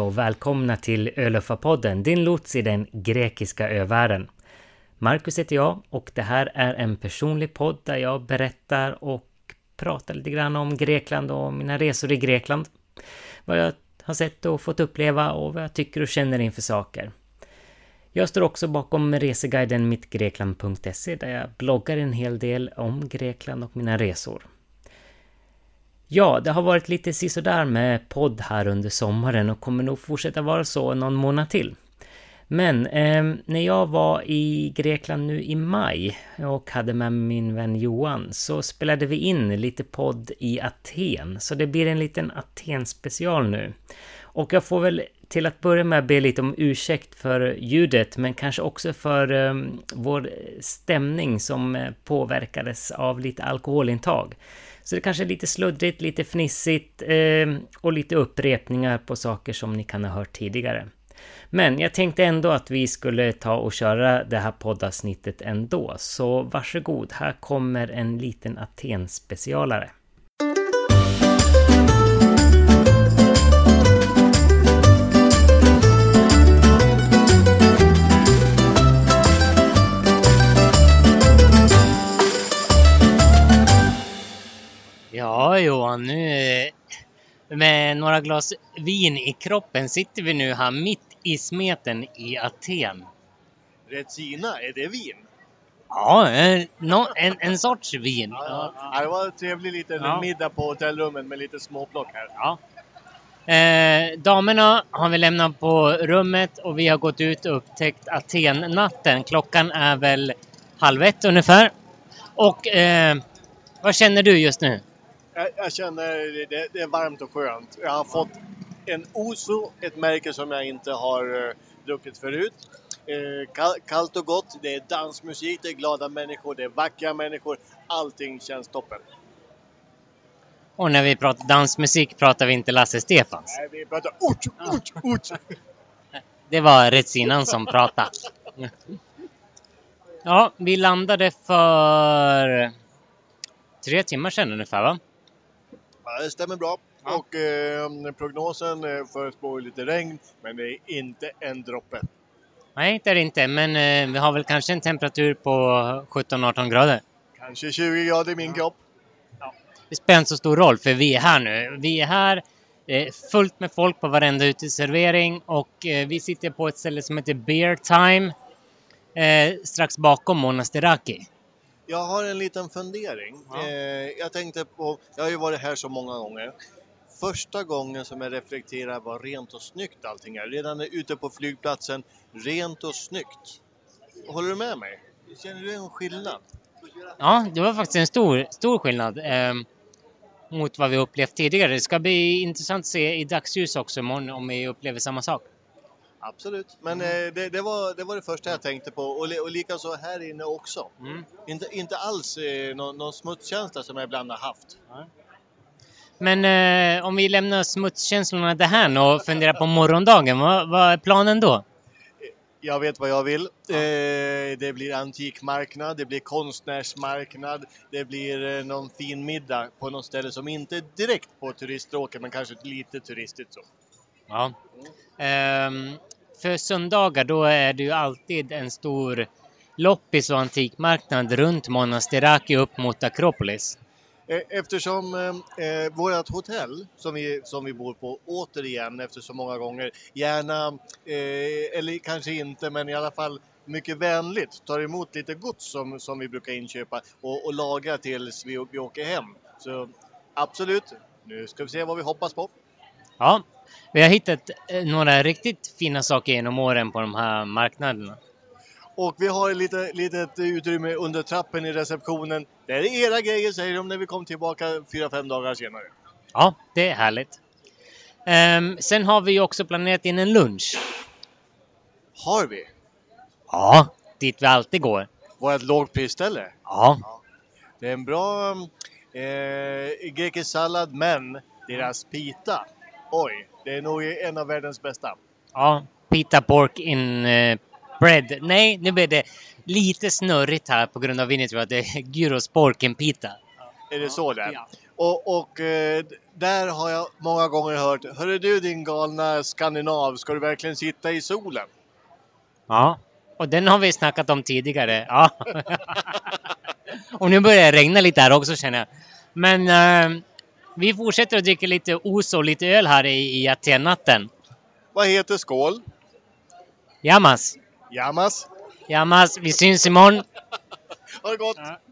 och välkomna till Öluffa-podden, din lots i den grekiska övärlden. Marcus heter jag och det här är en personlig podd där jag berättar och pratar lite grann om Grekland och mina resor i Grekland. Vad jag har sett och fått uppleva och vad jag tycker och känner inför saker. Jag står också bakom reseguiden mittgrekland.se där jag bloggar en hel del om Grekland och mina resor. Ja, det har varit lite sisådär med podd här under sommaren och kommer nog fortsätta vara så någon månad till. Men när jag var i Grekland nu i maj och hade med min vän Johan så spelade vi in lite podd i Aten. Så det blir en liten Aten-special nu. Och jag får väl till att börja med be lite om ursäkt för ljudet men kanske också för vår stämning som påverkades av lite alkoholintag. Så det kanske är lite sluddrigt, lite fnissigt och lite upprepningar på saker som ni kan ha hört tidigare. Men jag tänkte ändå att vi skulle ta och köra det här poddavsnittet ändå. Så varsågod, här kommer en liten Aten-specialare. Ja Johan, nu med några glas vin i kroppen sitter vi nu här mitt i smeten i Aten. Retsina, är det vin? Ja, en sorts vin. Ja, det var en trevlig liten middag på hotellrummet med lite småplock här. Ja. Damerna har vi lämnat på rummet och vi har gått ut och upptäckt Aten-natten. Klockan är väl 12:30 ungefär. Och vad känner du just nu? Jag känner det är varmt och skönt. Jag har fått en Ouzo, ett märke som jag inte har druckit förut. Kallt och gott, det är dansmusik, det är glada människor, det är vackra människor. Allting känns toppen. Och när vi pratar dansmusik pratar vi inte Lasse Stefans. Nej, vi pratar uch. Det var Retsinan som pratade. Ja, vi landade för 3 timmar sedan ungefär, va? Ja, det stämmer bra. Ja. Och prognosen förespår lite regn, men det är inte en droppe. Nej, det är det inte. Men vi har väl kanske en temperatur på 17-18 grader. Kanske 20 grader i min kropp. Ja. Det spelar inte så stor roll, för vi är här nu. Vi är här, fullt med folk på varenda uteservering. Och vi sitter på ett ställe som heter Beer Time. Strax bakom Monastiraki. Jag har en liten fundering. Ja. Jag tänkte på, jag har ju varit här så många gånger. Första gången som jag reflekterar var rent och snyggt allting är. Redan ute på flygplatsen, rent och snyggt. Håller du med mig? Känner du en skillnad? Ja, det var faktiskt en stor skillnad mot vad vi upplevt tidigare. Det ska bli intressant att se i dagsljus också imorgon om vi upplever samma sak. Absolut, men det var det första jag tänkte på och likaså här inne också. Inte alls någon smutskänsla som jag ibland har haft. Men om vi lämnar smutskänslorna det här och funderar på morgondagen, vad är planen då? Jag vet vad jag vill. Det blir antikmarknad, det blir konstnärsmarknad, det blir någon fin middag på något ställe som inte är direkt på turiststråket men kanske lite turistigt så. Ja. För söndagar då är det ju alltid en stor loppis och antikmarknad runt Monastiraki upp mot Akropolis. Eftersom vårt hotell som vi bor på återigen efter så många gånger gärna, eller kanske inte men i alla fall mycket vänligt tar emot lite gods som vi brukar inköpa och laga tills vi åker hem. Så absolut, nu ska vi se vad vi hoppas på. Ja, vi har hittat några riktigt fina saker genom åren på de här marknaderna. Och vi har litet utrymme under trappen i receptionen. Det är era grejer, säger de när vi kom tillbaka 4-5 dagar senare. Ja, det är härligt. Sen har vi ju också planerat in en lunch. Har vi? Ja, dit vi alltid går. Vårt lågprisställe? Ja. Det är en bra grekisk sallad, men deras pita, oj, det är nog en av världens bästa. Ja, pita pork in bread. Nej, nu blir det lite snurrigt här på grund av vinet. Det är gyros pork in pita. Är det så där? Ja. Och där har jag många gånger hört, hörru du din galna skandinav, ska du verkligen sitta i solen? Ja, och den har vi snackat om tidigare. Ja. Och nu börjar det regna lite här också känner jag. Men vi fortsätter att dricka lite Ouzo och lite öl här i Aten-natten. Vad heter skål? Jamas. Jamas. Jamas, vi syns imorgon. Ha det gott. Ja.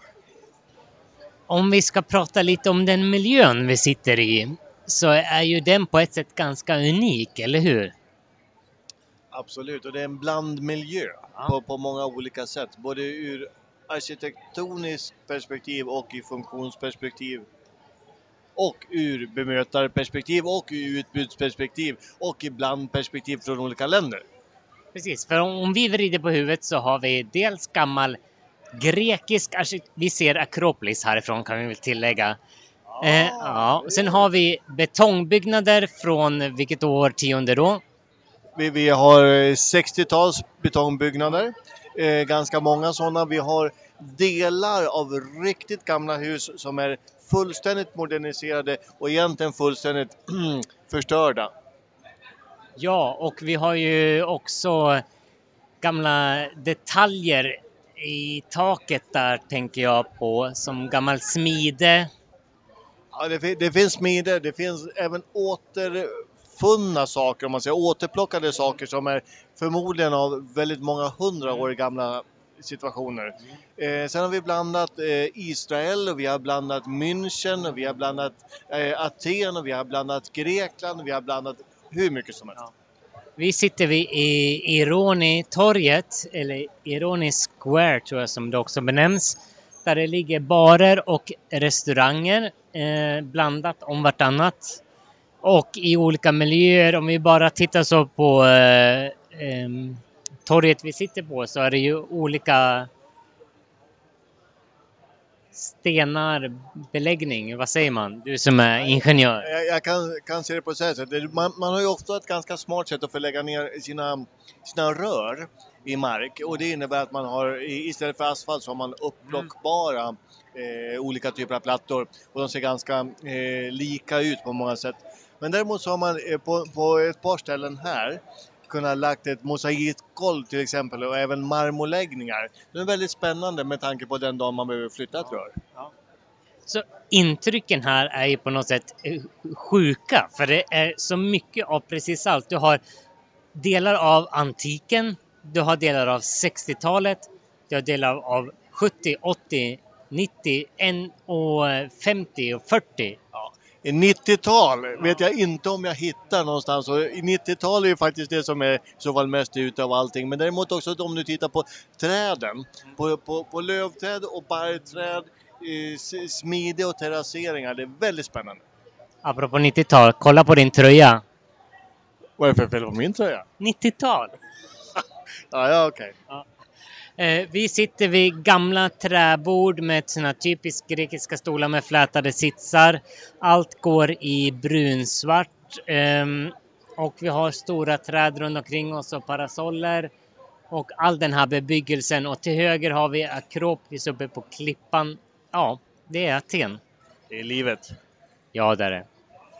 Om vi ska prata lite om den miljön vi sitter i så är ju den på ett sätt ganska unik, eller hur? Absolut, och det är en blandmiljö på många olika sätt. Både ur arkitektoniskt perspektiv och i funktionsperspektiv. Och ur bemötarperspektiv och ur utbudsperspektiv och ibland perspektiv från olika länder. Precis, för om vi vrider på huvudet så har vi dels gammal grekisk vi ser Akropolis härifrån kan vi väl tillägga. Ja. Sen har vi betongbyggnader från vilket årtionde då? Vi har 60-tals betongbyggnader, ganska många sådana. Vi har delar av riktigt gamla hus som är fullständigt moderniserade och egentligen fullständigt förstörda. Ja, och vi har ju också gamla detaljer i taket där tänker jag på, som gammal smide. Ja, det finns smider, det finns även återfunna saker, om man säger återplockade saker som är förmodligen av väldigt många 100 år gamla situationer. Sen har vi blandat Israel och vi har blandat München och vi har blandat Aten och vi har blandat Grekland och vi har blandat hur mycket som helst. Ja. Vi sitter vid Ironi-torget, eller Ironi Square tror jag som det också benämns. Där det ligger barer och restauranger blandat om vartannat. Och i olika miljöer, om vi bara tittar så på torget vi sitter på så är det ju olika stenar, beläggning, vad säger man? Du som är ingenjör. Jag kan se det på så här sätt. Man har ju ofta ett ganska smart sätt att förlägga ner sina rör i mark. Och det innebär att man har, istället för asfalt så har man upplockbara olika typer av plattor. Och de ser ganska lika ut på många sätt. Men däremot så har man på ett par ställen här kunnat lagt ett mosaikgolv till exempel och även marmorläggningar. Det är väldigt spännande med tanke på den dag man behöver flytta ett rör. Ja. Så intrycken här är ju på något sätt sjuka, för det är så mycket av precis allt. Du har delar av antiken, du har delar av 60-talet, du har delar av 70, 80, 90, 50 och 40. Ja. I 90-tal vet jag inte om jag hittar någonstans. Och i 90-tal är ju faktiskt det som är så fall mest ute av allting. Men däremot också om du tittar på träden. På lövträd och barrträd, smide och terrasseringar. Det är väldigt spännande. Apropå 90-tal, kolla på din tröja. Vad är det för fel på min tröja? 90-tal. Ja, okej. Ja. Vi sitter vid gamla träbord med såna typiskt grekiska stolar med flätade sitsar. Allt går i brunsvart. Och vi har stora träd runt omkring oss och parasoller. Och all den här bebyggelsen. Och till höger har vi Akropolis uppe på klippan. Ja, det är Aten. Det är livet. Ja, det är det.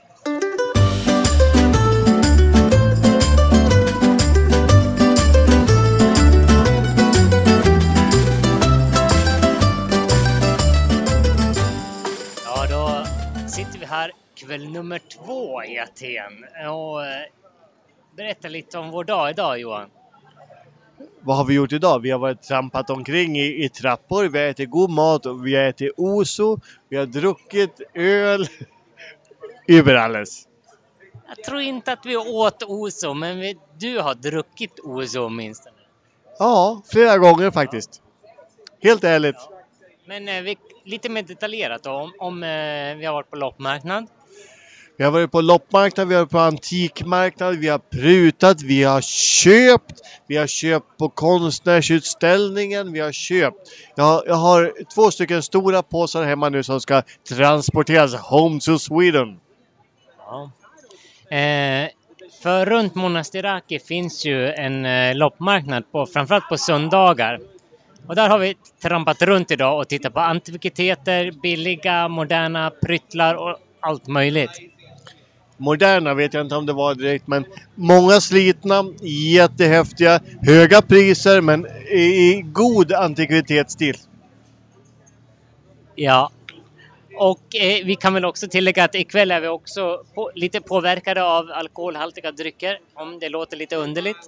Sitter vi här kväll nummer 2 i Aten och berätta lite om vår dag idag, Johan. Vad har vi gjort idag? Vi har varit trampat omkring i trappor, vi har ätit god mat och vi har ätit Ouzo, vi har druckit öl överalles. Jag tror inte att vi åt Ouzo, men du har druckit Ouzo minst. Ja, flera gånger faktiskt. Helt ärligt. Men lite mer detaljerat då, om vi har varit på loppmarknad. Vi har varit på loppmarknad, vi har varit på antikmarknad, vi har prutat, vi har köpt på konstnärsutställningen, vi har köpt. Jag har 2 stycken stora påsar hemma nu som ska transporteras home to Sweden. Ja. För runt Monastiraki finns ju en loppmarknad framförallt på söndagar. Och där har vi trampat runt idag och tittat på antikviteter, billiga, moderna pryttlar och allt möjligt. Moderna vet jag inte om det var direkt, men många slitna, jättehäftiga, höga priser men i god antikvitetsstil. Ja, och vi kan väl också tillägga att ikväll är vi också lite påverkade av alkoholhaltiga drycker, om det låter lite underligt.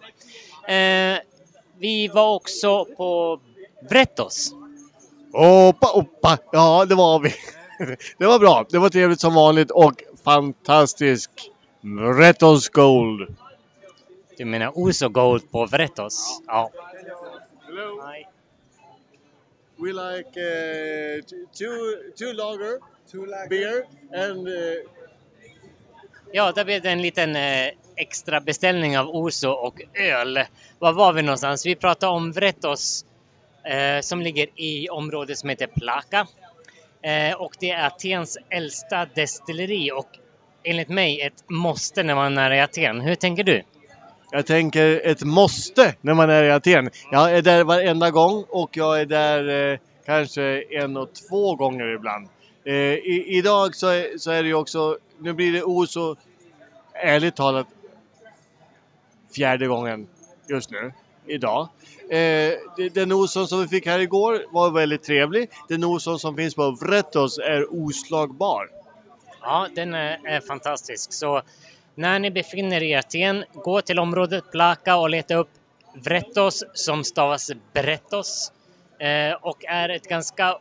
Vi var också på Brettos. Oppa! Ja, det var vi. Det var bra. Det var trevligt som vanligt och fantastisk. Brettos Gold. Du menar Oso Gold på Brettos? Ja. Hello. Nej. We like two lager, beer and Ja, där blev det en liten extra beställning av Oso och öl. Var var vi någonstans? Vi pratade om Brettos som ligger i området som heter Plaka. Och det är Atens äldsta destilleri och enligt mig ett måste när man är i Aten. Hur tänker du? jag tänker ett måste när man är i Aten. Jag är där varenda gång och jag är där kanske 1 och 2 gånger ibland. Idag så är det ju också, nu blir det Oso, ärligt talat, 4:e gången just nu, idag. Den Oson som vi fick här igår var väldigt trevlig. Den Oson som finns på Brettos är oslagbar. Ja, den är fantastisk. Så när ni befinner er i Aten, gå till området Plaka och leta upp Brettos som stavas Brettos. Och är ett ganska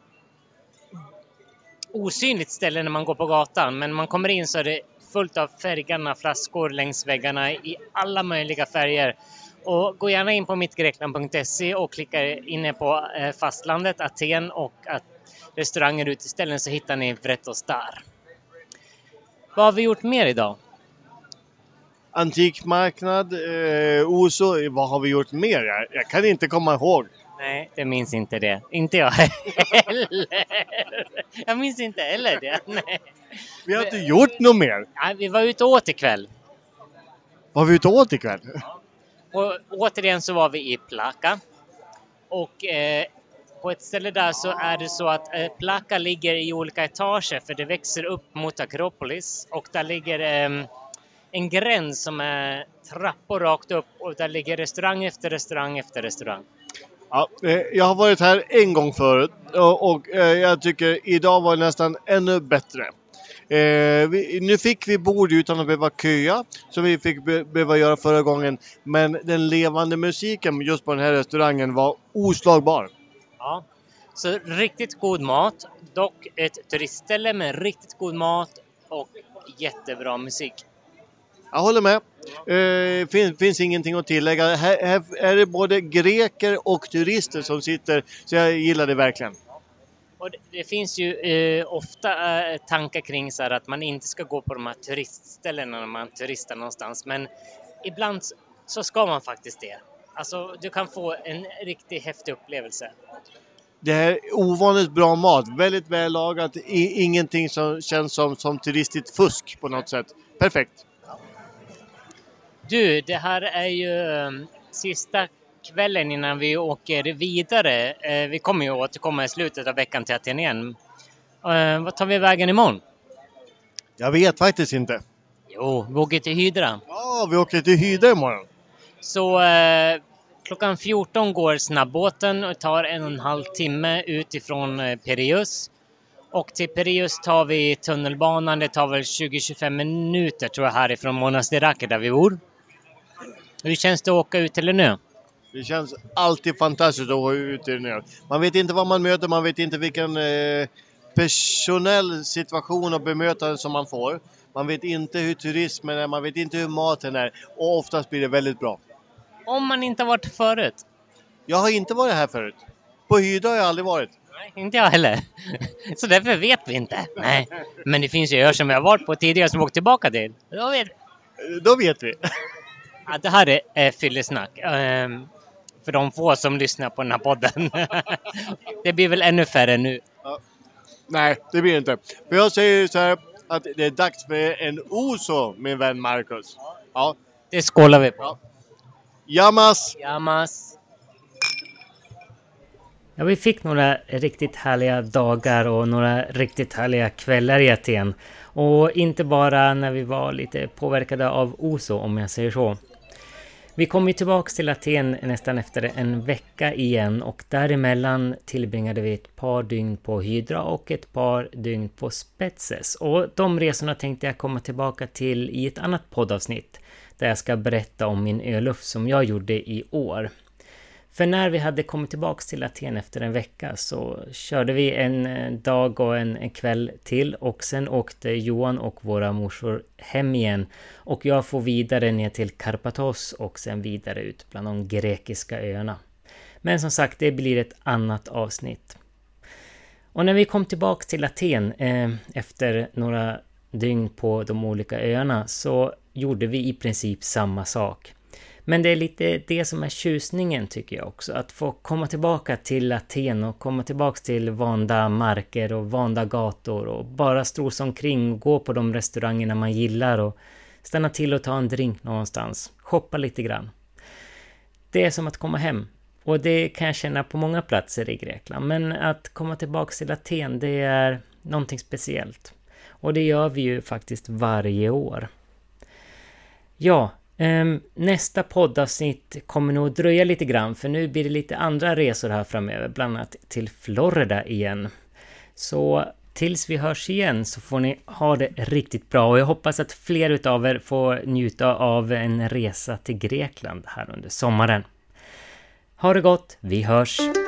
osynligt ställe när man går på gatan. Men när man kommer in så är det fullt av färggranna flaskor längs väggarna i alla möjliga färger. Och gå gärna in på mittgrekland.se och klicka inne på fastlandet, Aten och restauranger ute i ställen så hittar ni Brettos där. Vad har vi gjort mer idag? Antikmarknad, Oso, vad har vi gjort mer? Jag kan inte komma ihåg. Nej, det minns inte det. Inte jag heller. Jag minns inte heller det. Nej. Vi har inte gjort något mer. Nej, vi var ute och åt ikväll. Var vi ute och åt ikväll? Och återigen så var vi i Plaka. Och på ett ställe där så är det så att Plaka ligger i olika etager för det växer upp mot Akropolis. Och där ligger en gräns som är trappor rakt upp och där ligger restaurang efter restaurang efter restaurang. Ja, jag har varit här en gång förut och jag tycker idag var det nästan ännu bättre. Nu fick vi bord utan att behöva köa som vi fick behöva göra förra gången. Men den levande musiken just på den här restaurangen var oslagbar. Ja, så riktigt god mat. Dock ett turistställe med riktigt god mat och jättebra musik. Jag håller med. Finns ingenting att tillägga. Här är det både greker och turister som sitter. Så jag gillar det verkligen. Och det finns ju ofta tankar kring så här att man inte ska gå på de här turistställena när man turistar någonstans. Men ibland så ska man faktiskt det. Alltså du kan få en riktigt häftig upplevelse. Det här är ovanligt bra mat. Väldigt väl lagat. Ingenting som känns som turistigt fusk på något sätt. Perfekt. Du, det här är ju sista kvällen innan vi åker vidare. Vi kommer ju återkomma i slutet av veckan till Aten igen. Vad tar vi vägen imorgon? Jag vet faktiskt inte. Jo, vi åker till Hydra. Ja, vi åker till Hydra imorgon. Så klockan 14 går snabbåten och tar 1,5 timme utifrån Pireus. Och till Pireus tar vi tunnelbanan. Det tar väl 20-25 minuter tror jag härifrån Monastirake där vi bor. Hur känns det att åka ut till en ö? Det känns alltid fantastiskt att åka ut till en ö. Man vet inte vad man möter, man vet inte vilken personell situation och bemötande som man får. Man vet inte hur turismen är, man vet inte hur maten är. Och oftast blir det väldigt bra. Om man inte har varit förut? Jag har inte varit här förut. På Hydra har jag aldrig varit. Nej, inte jag heller. Så därför vet vi inte. Nej. Men det finns ju öar som vi har varit på tidigare som vi åkt tillbaka till. Då vet vi. Ja, det här är fyllesnack. För de få som lyssnar på den här podden. Det blir väl ännu färre nu. Ja. Nej, det blir det inte. För jag säger så här att det är dags för en Oso, min vän Marcus. Ja. Det skålar vi på. Ja. Jamas! Jamas! Ja, vi fick några riktigt härliga dagar och några riktigt härliga kvällar i Aten. Och inte bara när vi var lite påverkade av Oso, om jag säger så. Vi kom ju tillbaka till Aten nästan efter en vecka igen och däremellan tillbringade vi ett par dygn på Hydra och ett par dygn på Spetses. Och de resorna tänkte jag komma tillbaka till i ett annat poddavsnitt där jag ska berätta om min öluff som jag gjorde i år. För när vi hade kommit tillbaka till Aten efter en vecka så körde vi en dag och en kväll till och sen åkte Johan och våra morsor hem igen och jag får vidare ner till Karpathos och sen vidare ut bland de grekiska öarna. Men som sagt, det blir ett annat avsnitt. Och när vi kom tillbaka till Aten efter några dygn på de olika öarna så gjorde vi i princip samma sak. Men det är lite det som är tjusningen tycker jag också. Att få komma tillbaka till Aten och komma tillbaka till vanda marker och vanda gator och bara strosa omkring och gå på de restaurangerna man gillar och stanna till och ta en drink någonstans. Shoppa lite grann. Det är som att komma hem. Och det kan jag känna på många platser i Grekland. Men att komma tillbaka till Aten, det är någonting speciellt. Och det gör vi ju faktiskt varje år. Ja, nästa poddavsnitt kommer nog dröja lite grann för nu blir det lite andra resor här framöver, bland annat till Florida igen. Så tills vi hörs igen så får ni ha det riktigt bra och jag hoppas att fler utav er får njuta av en resa till Grekland här under sommaren. Ha det gott, vi hörs!